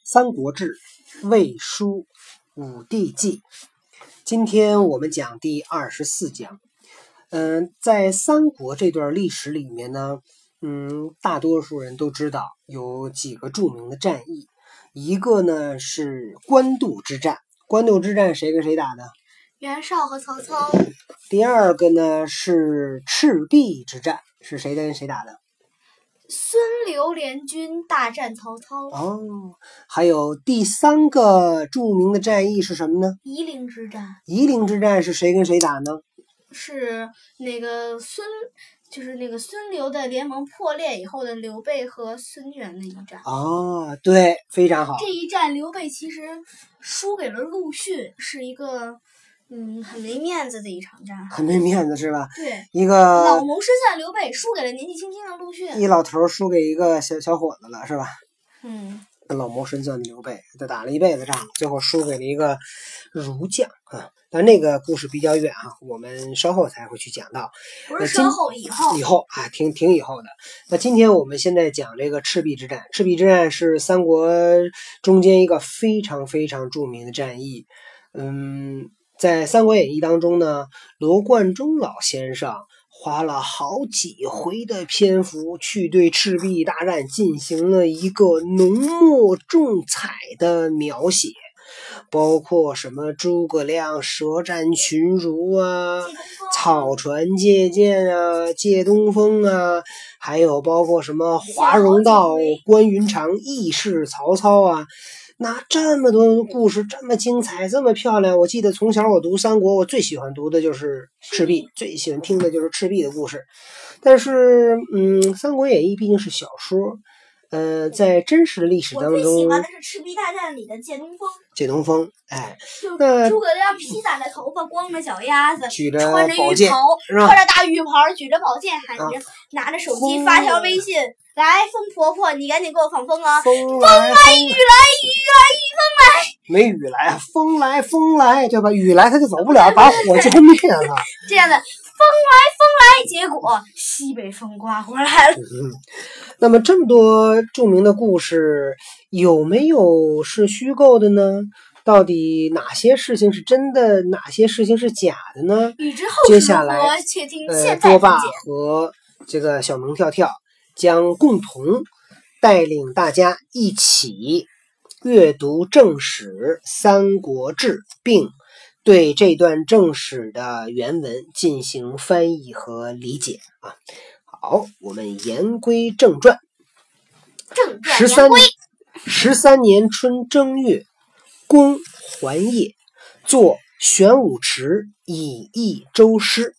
三国志、魏书、武帝纪。今天我们讲第24讲。在三国这段历史里面呢，大多数人都知道有几个著名的战役。一个呢是官渡之战，官渡之战谁跟谁打的？ 袁绍和曹操。 第二个呢是赤壁之战，是谁跟谁打的？ 孙刘联军大战曹操。 还有第三个著名的战役是什么呢？ 夷陵之战。 夷陵之战是谁跟谁打呢？ 是那个孙刘的联盟破裂以后的刘备和孙权的一战。 对，非常好。 这一战刘备其实输给了陆逊，是一个很没面子的一场战。 很没面子是吧？ 对， 一个老谋深算刘备输给了年纪轻轻的陆逊。 一老头输给一个小伙子了是吧？老谋深算的刘备，他打了一辈子仗，最后输给了一个儒将啊。但那个故事比较远啊，我们稍后才会去讲到。 不是稍后，以后啊，挺以后的。那今天我们现在讲这个赤壁之战。赤壁之战是三国中间一个非常非常著名的战役。在《三国演义》当中呢，罗贯中老先生花了好几回的篇幅去对赤壁大战进行了一个浓墨重彩的描写，包括什么诸葛亮舌战群儒啊，草船借箭啊，借东风啊，还有包括什么华容道、关云长义释曹操啊。那这么多故事，这么精彩，这么漂亮，我记得从小我读三国，我最喜欢读的就是赤壁，最喜欢听的就是赤壁的故事。但是三国演义毕竟是小说，在真实的历史当中，我最喜欢的是赤壁大战里的借东风。 借东风， 就诸葛亮披散着头发，光着脚丫子， 举着穿着宝剑， 穿着大浴袍，举着宝剑，喊着，拿着手机发条微信，来，风婆婆，你赶紧给我放风啊！风来，雨来，雨来， 没雨来，风来，风来，对吧？雨来他就走不了，把火浇灭了。 这样的，风来，结果西北风刮过来了。 那么这么多著名的故事，有没有是虚构的呢？到底哪些事情是真的，哪些事情是假的呢？接下来， 且听现在多爸和这个小萌跳跳将共同带领大家一起阅读正史《三国志》，并对这段正史的原文进行翻译和理解啊。好，我们言归正传。13年春正月，公还邺，作玄武池以益周师。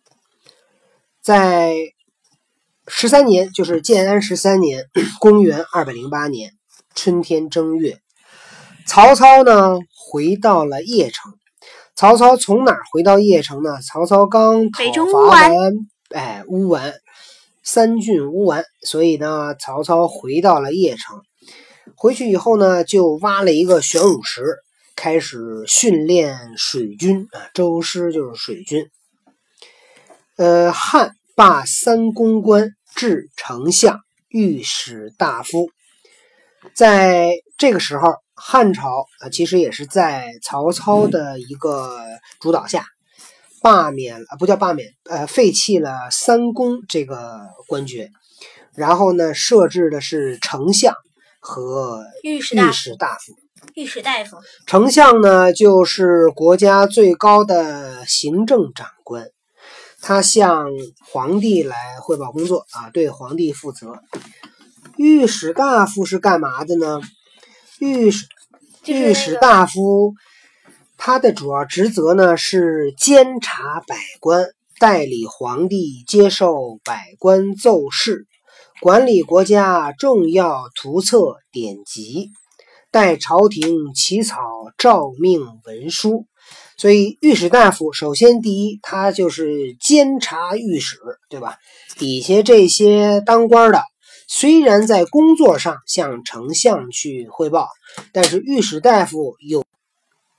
在13年，就是建安13年，公元208年春天正月，曹操呢回到了邺城。曹操从哪儿回到邺城呢？曹操刚讨伐完乌丸，三郡乌丸，所以呢，曹操回到了邺城。回去以后呢，就挖了一个玄武池，开始训练水军啊，周师就是水军。汉罢三公官，至丞相、御史大夫。在这个时候，汉朝其实也是在曹操的一个主导下废弃了三公这个官爵，然后呢设置的是丞相和御史大夫。丞相呢就是国家最高的行政长官，他向皇帝来汇报工作啊，对皇帝负责。御史大夫是干嘛的呢？御史大夫他的主要职责呢是监察百官，代理皇帝接受百官奏事，管理国家重要图册典籍，代朝廷起草诏命文书。所以御史大夫首先第一，他就是监察御史，对吧？底下这些当官的虽然在工作上向丞相去汇报，但是御史大夫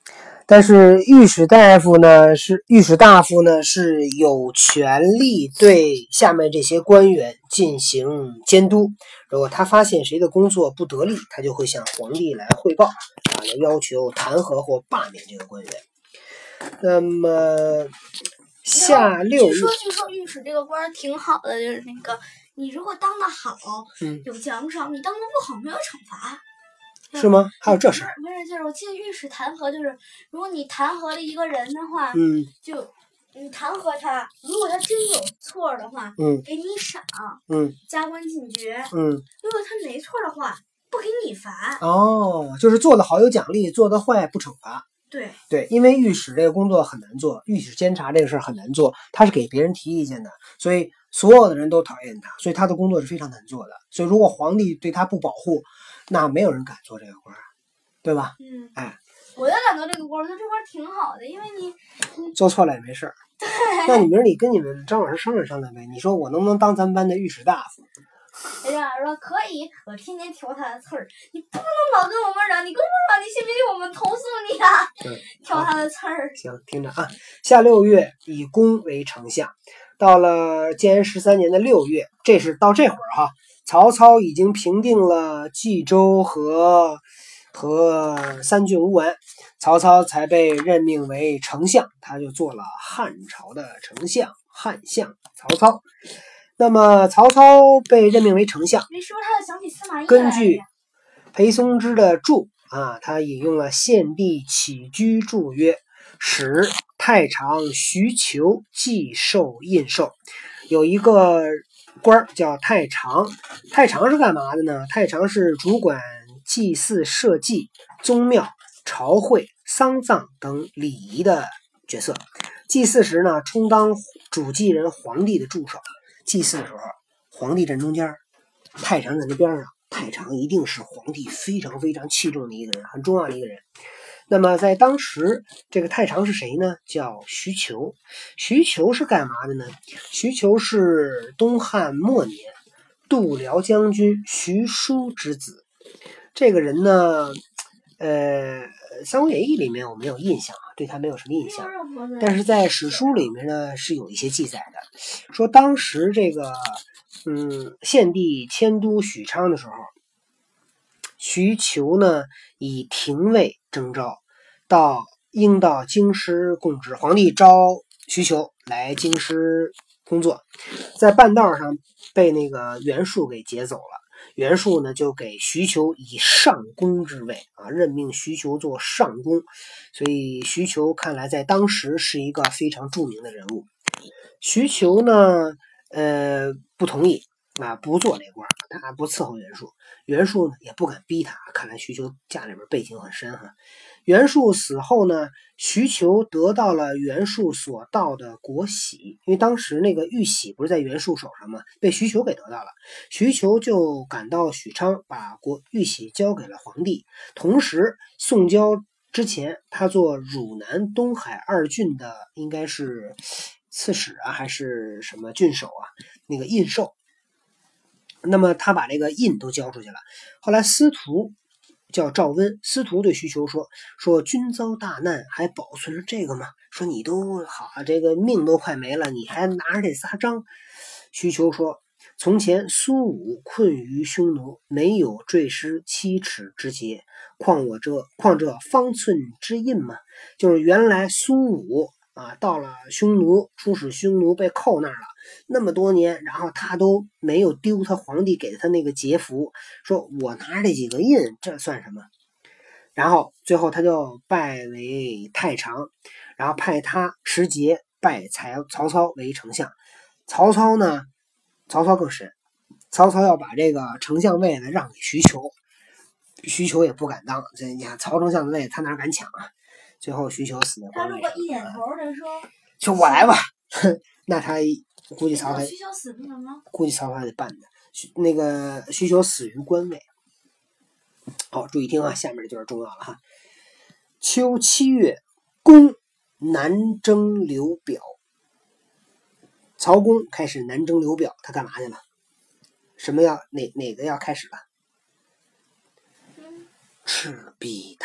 但是御史大夫呢是有权利对下面这些官员进行监督。如果他发现谁的工作不得力，他就会向皇帝来汇报，来要求弹劾或罢免这个官员。那么下六据说御史这个官挺好的，就是那个你如果当得好，有奖赏；你当得不好，没有惩罚。 是吗？还有这事儿？ 不是，就是我记得御史弹劾，就是如果你弹劾了一个人的话，就你弹劾他，如果他真有错的话，给你赏，加官进爵，如果他没错的话，不给你罚。 哦，就是做得好有奖励，做得坏不惩罚。对，因为御史这个工作很难做，御史监察这个事儿很难做，他是给别人提意见的，所以所有的人都讨厌他，所以他的工作是非常难做的。所以如果皇帝对他不保护，那没有人敢做这个官，对吧？ 我要敢做这个官，那这官挺好的，因为你做错了也没事儿。那你明儿你跟你们张老师商量商量呗，你说我能不能当咱们班的御史大夫？ 张老师说可以，我天天挑他的刺儿，你不能老跟我们嚷，你跟我们嚷，你信不信我们投诉你啊？挑他的刺儿。 行，听着啊，下6月以公为丞相，到了建安13年的6月，这是到这会儿哈，曹操已经平定了冀州和三郡乌丸，曹操才被任命为丞相，他就做了汉朝的丞相，汉相曹操。那么曹操被任命为丞相， 没说他的想起司马懿。 根据裴松之的注他引用了献帝起居注曰：使太常徐求祭授印绶。有一个官叫太常，太常是干嘛的呢？太常是主管祭祀社稷、宗庙、朝会、丧葬等礼仪的角色。祭祀时呢，充当主祭人皇帝的助手。祭祀的时候，皇帝站中间，太常在那边上。太常一定是皇帝非常非常器重的一个人，很重要的一个人。那么在当时，这个太常是谁呢？叫徐求。徐求是干嘛的呢？徐求是东汉末年度辽将军徐庶之子。这个人呢，《三国演义》里面我没有印象，对他没有什么印象，但是在史书里面呢是有一些记载的，说当时这个献帝迁都许昌的时候，徐求呢以廷尉征召，应到京师供职。皇帝招徐求来京师工作，在半道上被那个袁术给劫走了。袁术呢就给徐求以上公之位任命徐求做上公，所以徐求看来在当时是一个非常著名的人物。徐求呢不同意不做这官，他不伺候袁术。袁术呢也不敢逼他，看来徐求家里边背景很深哈。袁术死后呢，徐求得到了袁术所盗的国玺，因为当时那个玉玺不是在袁术手上吗？被徐求给得到了。徐求就赶到许昌，把玉玺交给了皇帝。同时送交之前，他做汝南东海2郡的应该是刺史还是什么郡守那个印绶。那么他把这个印都交出去了。后来司徒叫赵温，司徒对徐求说君遭大难还保存着这个吗？说你都好这个命都快没了，你还拿着这仨章。徐求说，从前苏武困于匈奴，没有坠失7尺之节，况这方寸之印吗？就是原来苏武到了匈奴，出使匈奴被扣那儿了那么多年，然后他都没有丢他皇帝给他那个节符，说我拿这几个印，这算什么？然后最后他就拜为太常，然后派他持节拜曹操为丞相。曹操更神，曹操要把这个丞相位呢让给徐求，徐求也不敢当。你看曹丞相的位他哪敢抢最后徐求死在关位上。 他如果一点头的说就我来吧，那他估计曹操徐求死不能吗？ 估计曹操得办的。那个徐求死于关位。好，注意听下面这就是重要了秋7月，公南征刘表。曹公开始南征刘表，他干嘛去了？哪个要开始了？赤壁大战。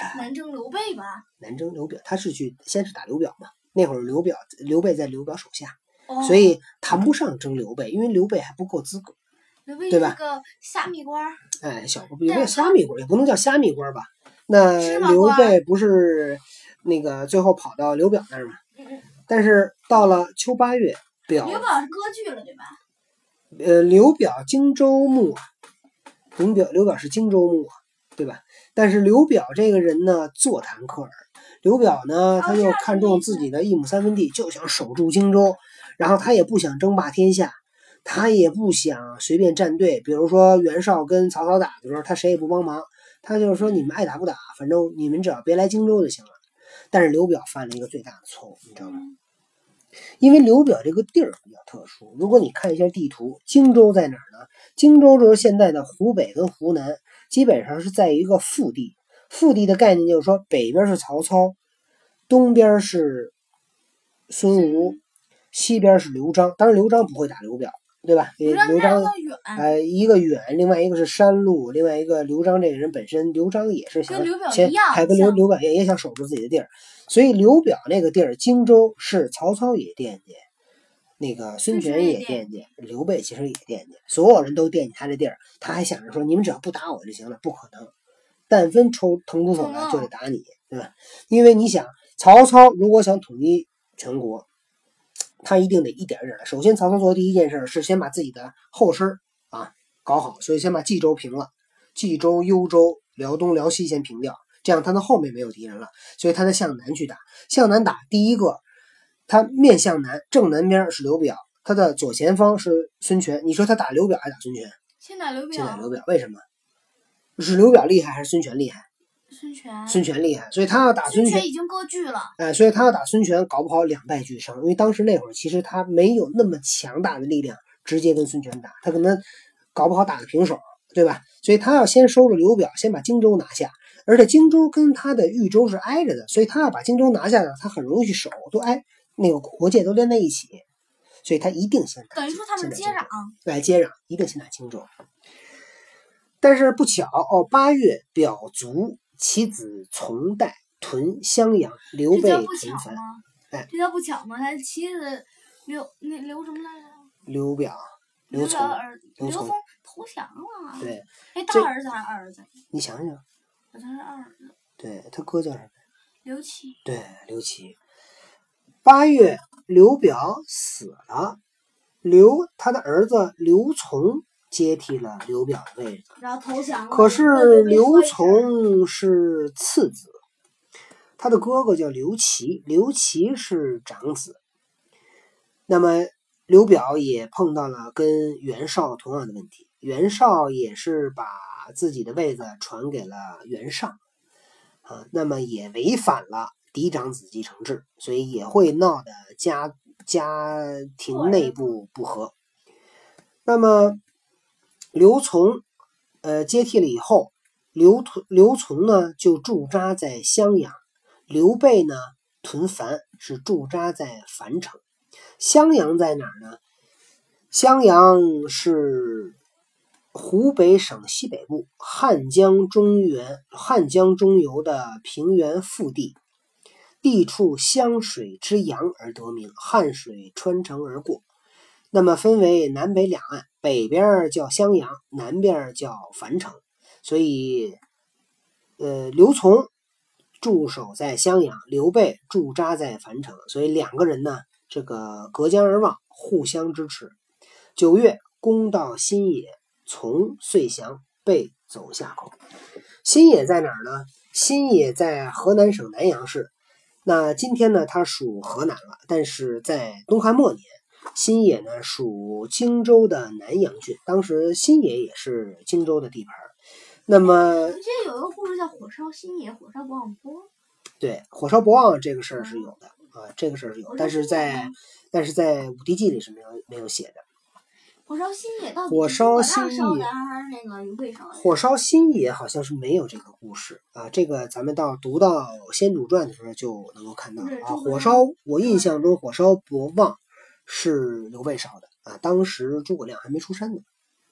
南征刘备吧？ 南征刘表，他是先是打刘表嘛。那会儿刘备在刘表手下，所以谈不上征刘备，因为刘备还不够资格，对吧？ 个虾米官。 刘备虾米官也不能叫虾米官吧？那刘备不是那个最后跑到刘表那儿吗？但是到了秋8月， 刘表是割据了，对吧？ 刘表荆州牧，刘表是荆州牧，对吧？但是刘表这个人呢，座谈克尔。刘表呢，他又看重自己的1亩3分地，就想守住荆州，然后他也不想争霸天下，他也不想随便站队。比如说袁绍跟曹操打的时候，他谁也不帮忙，他就是说你们爱打不打，反正你们只要别来荆州就行了。但是刘表犯了一个最大的错误，你知道吗？因为刘表这个地儿比较特殊，如果你看一下地图，荆州在哪儿呢？荆州就是现在的湖北跟湖南，基本上是在一个腹地。腹地的概念就是说，北边是曹操，东边是孙吴，西边是刘璋。当然刘璋不会打刘表，对吧？刘璋一个远，另外一个是山路，另外一个刘璋这个人本身，刘璋也是想跟刘表一样， 还跟刘表也想守住自己的地儿，所以刘表那个地儿荆州是曹操也惦记，那个孙权也惦记，刘备其实也惦记，所有人都惦记他这地儿，他还想着说你们只要不打我就行了，不可能。但凡腾出手来就得打你，对吧？因为你想，曹操如果想统一全国，他一定得一点一点的。首先，曹操做的第一件事是先把自己的后身搞好，所以先把冀州平了，冀州、幽州、辽东、辽西先平掉，这样他的后面没有敌人了，所以他再向南去打。向南打，第一个，他面向南，正南边是刘表，他的左前方是孙权。你说他打刘表还是打孙权？ 先打刘表， 为什么？是刘表厉害还是孙权厉害？孙权厉害，所以他要打孙权已经割据了。 所以他要打孙权，搞不好2败俱伤。因为当时那会儿其实他没有那么强大的力量直接跟孙权打，他可能搞不好打个平手，对吧？所以他要先收了刘表，先把荆州拿下。而且荆州跟他的豫州是挨着的，所以他要把荆州拿下呢，他很容易去守，都那个国界都连在一起，所以他一定先打。 等于说他们接壤， 对，接壤一定先打荆州。但是不巧8月，表卒其子从代屯襄阳，刘备平樊。 这叫不巧吗？他妻子刘什么来着？ 刘表，刘琮投降了。 对， 大儿子还是二儿子？ 你想想， 好像是二儿子。 对，他哥叫什么？ 刘琦。 对，刘琦。8月，刘表死了，他的儿子刘琮接替了刘表的位置， 然后投降了。 可是刘琮是次子，他的哥哥叫刘琦，刘琦是长子。那么刘表也碰到了跟袁绍同样的问题，袁绍也是把自己的位子传给了袁尚，那么也违反了嫡长子继承制，所以也会闹得家庭内部不和。那么刘琮接替了以后，刘琮呢就驻扎在襄阳，刘备呢屯樊，是驻扎在樊城。襄阳在哪儿呢？襄阳是湖北省西北部汉江中游的平原腹地，地处湘水之阳而得名，汉水穿城而过。那么分为南北两岸，北边叫襄阳，南边叫樊城。所以刘琮驻守在襄阳，刘备驻扎在樊城，所以两个人呢这个隔江而望，互相支持。9月，攻到新野，琮遂降，备走下口。新野在哪儿呢？新野在河南省南阳市。那今天呢，它属河南了，但是在东汉末年，新野呢属荆州的南阳郡，当时新野也是荆州的地盘。那么， 我记得有一个故事叫火烧新野，火烧博望坡。 对，火烧博望这个事儿是有的这个事儿是有，但是在《武帝纪》里是没有写的。 火烧新野到底是诸葛亮烧的还是那个刘备烧的？ 火烧新野好像是没有这个故事这个咱们读到《先主传》的时候就能够看到我印象中火烧博望是刘备烧的当时诸葛亮还没出山呢。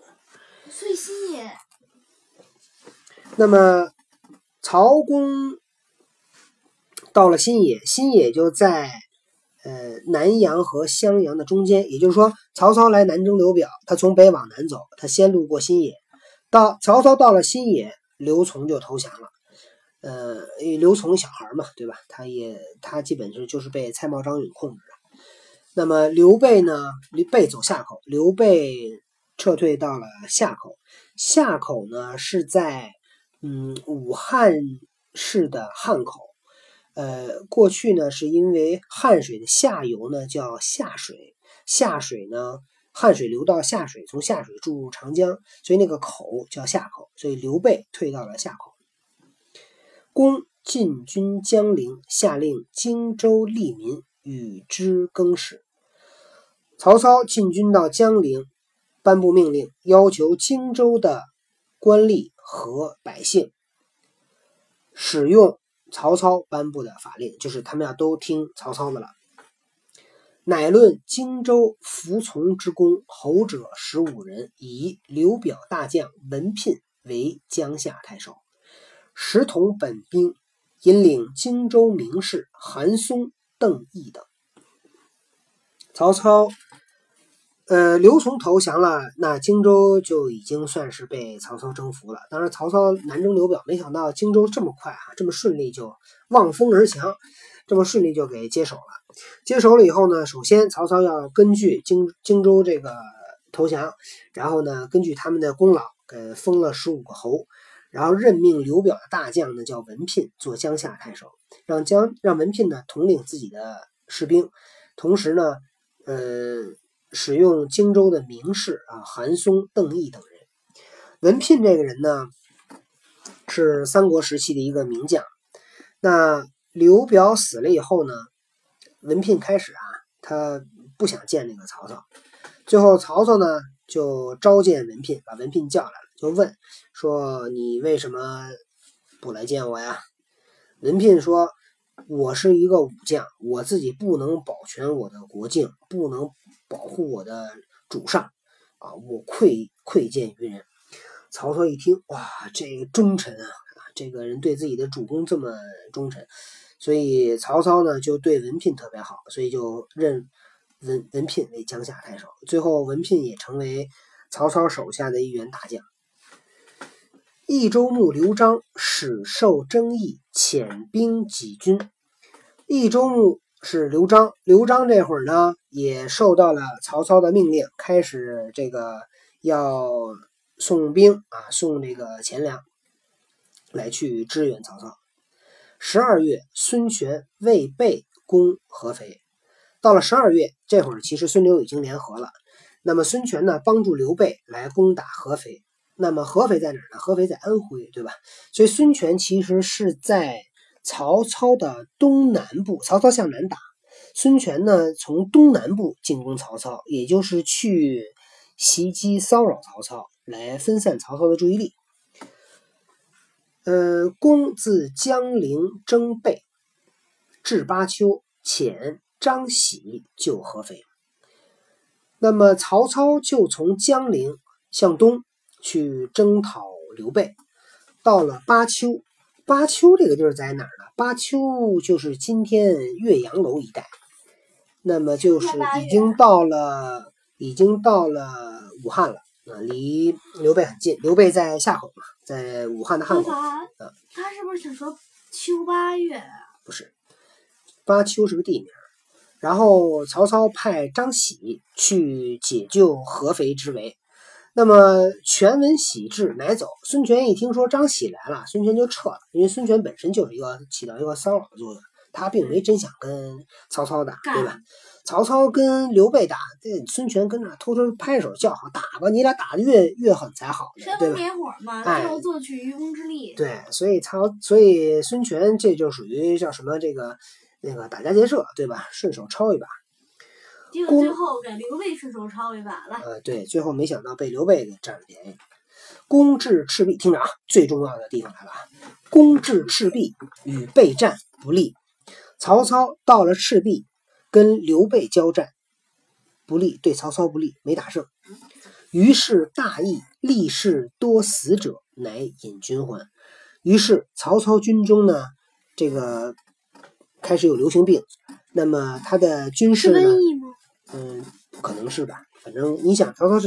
所以新野。 那么曹公到了新野，新野就在南阳和襄阳的中间，也就是说曹操来南征刘表，他从北往南走，他先路过新野，曹操到了新野，刘琮就投降了。刘琮小孩嘛，对吧？他基本上就是被蔡瑁、张允控制的。那么刘备呢？刘备走夏口，刘备撤退到了夏口。夏口呢是在武汉市的汉口。过去呢是因为汉水的下游呢叫夏水，夏水呢汉水流到夏水，从夏水注入长江，所以那个口叫夏口，所以刘备退到了夏口。公进军江陵，下令荆州吏民与之更始。曹操进军到江陵，颁布命令，要求荆州的官吏和百姓使用曹操颁布的法令，就是他们要都听曹操的了。乃论荆州服从之功，侯者15人，以刘表大将文聘为江夏太守，时统本兵，引领荆州名士韩松、邓毅等。曹操刘琮投降了，那荆州就已经算是被曹操征服了。当然曹操南征刘表，没想到荆州这么快这么顺利就望风而降，这么顺利就给接手了。接手了以后呢，首先曹操要根据荆州这个投降，然后呢根据他们的功劳给封了15个侯，然后任命刘表的大将呢叫文聘做江夏太守，让文聘呢统领自己的士兵，同时呢使用荆州的名士韩松、邓毅等人。文聘这个人呢是三国时期的一个名将。那刘表死了以后呢，文聘开始他不想见那个曹操，最后曹操呢就召见文聘，把文聘叫来了，就问说你为什么不来见我呀？文聘说我是一个武将，我自己不能保全我的国境，不能保护我的主上我愧见于人。曹操一听，哇，这个忠臣这个人对自己的主公这么忠臣，所以曹操呢就对文聘特别好，所以就任文聘为江夏太守。最后文聘也成为曹操手下的一员大将。益州牧刘璋始受征议，遣兵己军。益州牧是刘璋，刘璋这会儿呢也受到了曹操的命令，开始这个要送兵送这个钱粮来去支援曹操。12月，孙权为备攻合肥。到了12月，这会儿其实孙刘已经联合了。那么孙权呢帮助刘备来攻打合肥。那么合肥在哪儿呢？合肥在安徽，对吧？所以孙权其实是在曹操的东南部，曹操向南打，孙权呢从东南部进攻曹操，也就是去袭击骚扰曹操，来分散曹操的注意力。公自江陵征备，至巴丘，遣张喜救合肥。那么曹操就从江陵向东去征讨刘备，到了巴丘。巴丘这个地儿在哪儿呢？巴丘就是今天岳阳楼一带，那么就是已经到了武汉了离刘备很近。刘备在夏口嘛，在武汉的汉口。 他是不是想说秋八月不是，巴丘是个地名。然后曹操派张喜去解救合肥之围。那么权闻喜至，乃走。孙权一听说张喜来了，孙权就撤了，因为孙权本身就是起到一个骚扰的作用，他并没真想跟曹操打，对吧？曹操跟刘备打，孙权跟那偷偷拍手叫好，打吧，你俩打得越狠才好，对吧？ 煽风点火嘛，最后作取渔翁之利。 对，所以孙权这就属于叫什么那个打家劫舍，对吧？顺手抄一把。 结果最后给刘备顺手抄一把了。 对，最后没想到被刘备给占了便宜。攻至赤壁，听着最重要的地方来了攻至赤壁，与备战不利。曹操到了赤壁，跟刘备交战，不利，对曹操不利，没打胜。于是大议，立誓多死者，乃引军还。于是曹操军中呢，这个开始有流行病。那么他的军事呢？ 是瘟疫吗？ 可能是吧。反正你想，曹操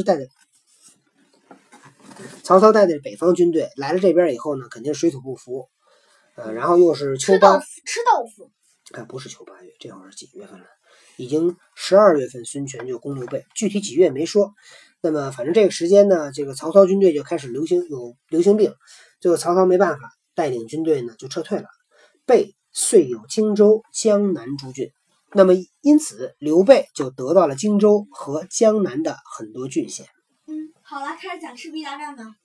带的北方军队来了这边以后呢，肯定水土不服。然后又是秋八吃豆腐。 不是秋8月，这会儿是几月份了？已经12月份，孙权就攻刘备，具体几月没说。那么反正这个时间呢，这个曹操军队就开始有流行病，最后曹操没办法，带领军队呢就撤退了。备遂有荆州、江南诸郡，那么因此刘备就得到了荆州和江南的很多郡县。 好了，开始讲赤壁大战吧。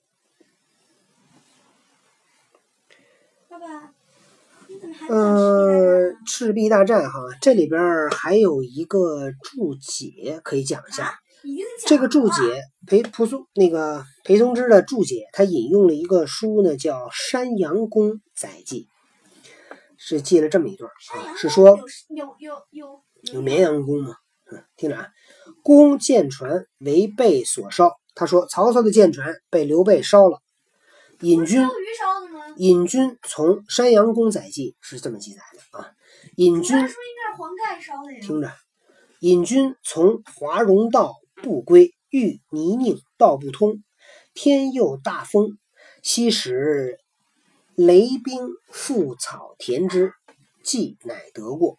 爸爸，你怎么还讲赤壁大战哈，这里边还有一个注解可以讲一下。这个注解裴松之的注解，他引用了一个书呢，叫《山阳公载记》，是记了这么一段是说有绵阳公吗？听着啊，公舰船为备所烧。他说曹操的舰船被刘备烧了，引军从山阳公载记是这么记载的啊。引军听着，引军从华容道不归，遇泥泞道不通，天又大风，昔时雷兵覆草填之，计乃得过。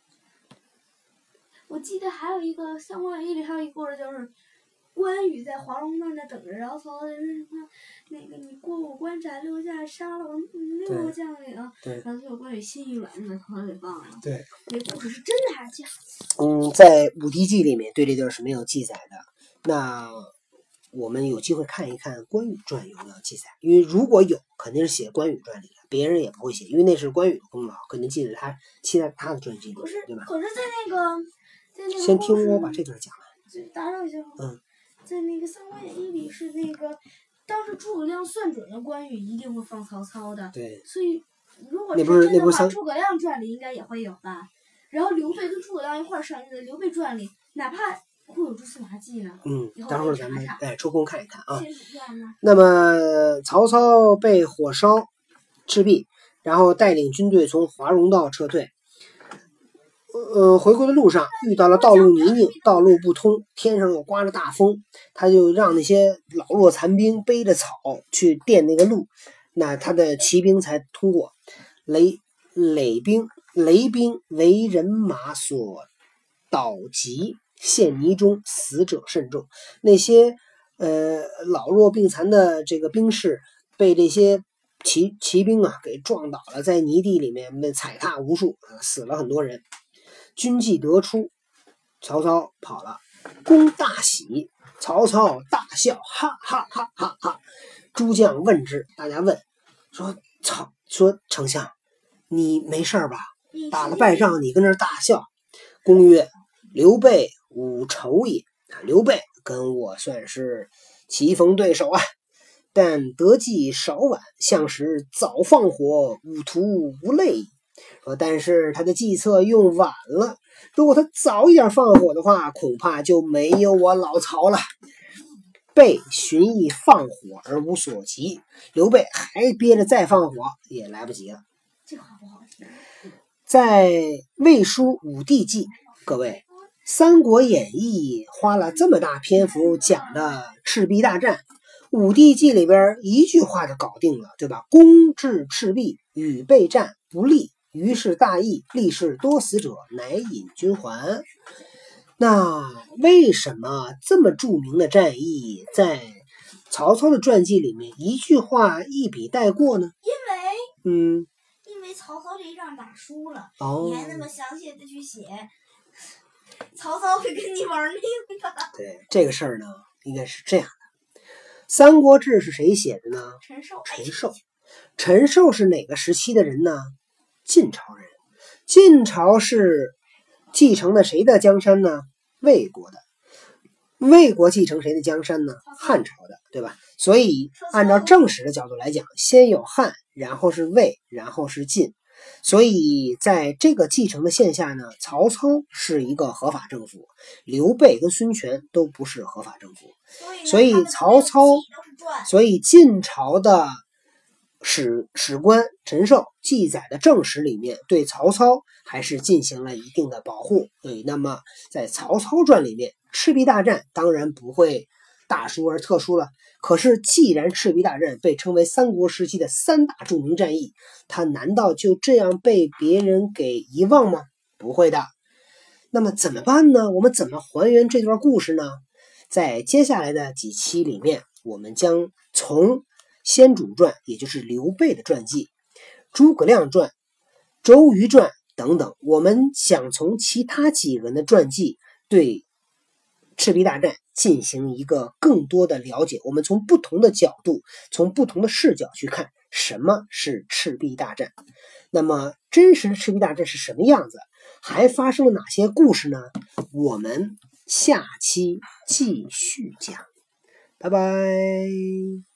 我记得还有一个《三国演义》里还有一个故事，就是关羽在华容道那等着，然后曹操那个你过五关斩六将，杀了我6个将领，然后最后关羽心一软，就把曹操给放了。 对， 这故事是真的还是假的？在《武帝纪》里面对这段是没有记载的。那我们有机会看一看《关羽传》有没有记载，因为如果有，肯定是写《关羽传》里的，别人也不会写，因为那是关羽的功劳，肯定记在他的传记里，对吧？ 可是在那个先听我把这段讲完。 打扰一下。在那个《三国演义》里是那个，当时诸葛亮算准了关羽一定会放曹操的， 对， 所以如果是真的话，诸葛亮传里应该也会有吧。然后刘备跟诸葛亮一块上映的《刘备传》里，哪怕会有蛛丝马迹呢。 待会儿咱们抽空看一看啊。 先那么曹操被火烧赤壁，然后带领军队从华容道撤退。回归的路上遇到了道路泥泞，道路不通，天上又刮着大风，他就让那些老弱残兵背着草去垫那个路，那他的骑兵才通过。雷兵为人马所倒击，陷泥中，死者甚众。那些老弱病残的这个兵士被这些骑兵给撞倒了，在泥地里面踩踏无数，死了很多人。军纪得出，曹操跑了，公大喜，曹操大笑，哈哈哈哈哈。诸将问之，大家问说丞相，你没事吧？打了败仗，你跟这大笑。公曰：刘备无仇也。刘备跟我算是棋逢对手啊，但得计少晚，向时早放火，吾徒无累。但是他的计策用晚了，如果他早一点放火的话，恐怕就没有我老曹了。备寻意放火而无所及，刘备还憋着再放火也来不及了。 这话不好听。 在魏书武帝纪，各位，《三国演义》花了这么大篇幅讲的赤壁大战，武帝纪里边一句话就搞定了，对吧？攻至赤壁，与备战不利，于是大议，立誓多死者，乃引军还。那为什么这么著名的战役在曹操的传记里面一句话一笔带过呢？ 因为曹操这一仗打输了，你还那么详细的去写，曹操会跟你玩命的。 对，这个事儿呢，应该是这样的。《三国志》是谁写的呢？陈寿是哪个时期的人呢？晋朝人。晋朝是继承了谁的江山呢？魏国的。魏国继承谁的江山呢？汉朝的，对吧？所以按照正史的角度来讲，先有汉，然后是魏，然后是晋。所以在这个继承的线下呢，曹操是一个合法政府，刘备跟孙权都不是合法政府。所以晋朝的史官陈寿记载的正史里面对曹操还是进行了一定的保护。那么在曹操传里面，赤壁大战当然不会大殊而特殊了。可是既然赤壁大战被称为三国时期的3大著名战役，它难道就这样被别人给遗忘吗？不会的。那么怎么办呢？我们怎么还原这段故事呢？在接下来的几期里面，我们将从先主传，也就是刘备的传记、诸葛亮传、周瑜传等等，我们想从其他几个人的传记对赤壁大战进行一个更多的了解。我们从不同的角度，从不同的视角去看什么是赤壁大战。那么真实的赤壁大战是什么样子？还发生了哪些故事呢？我们下期继续讲。拜拜。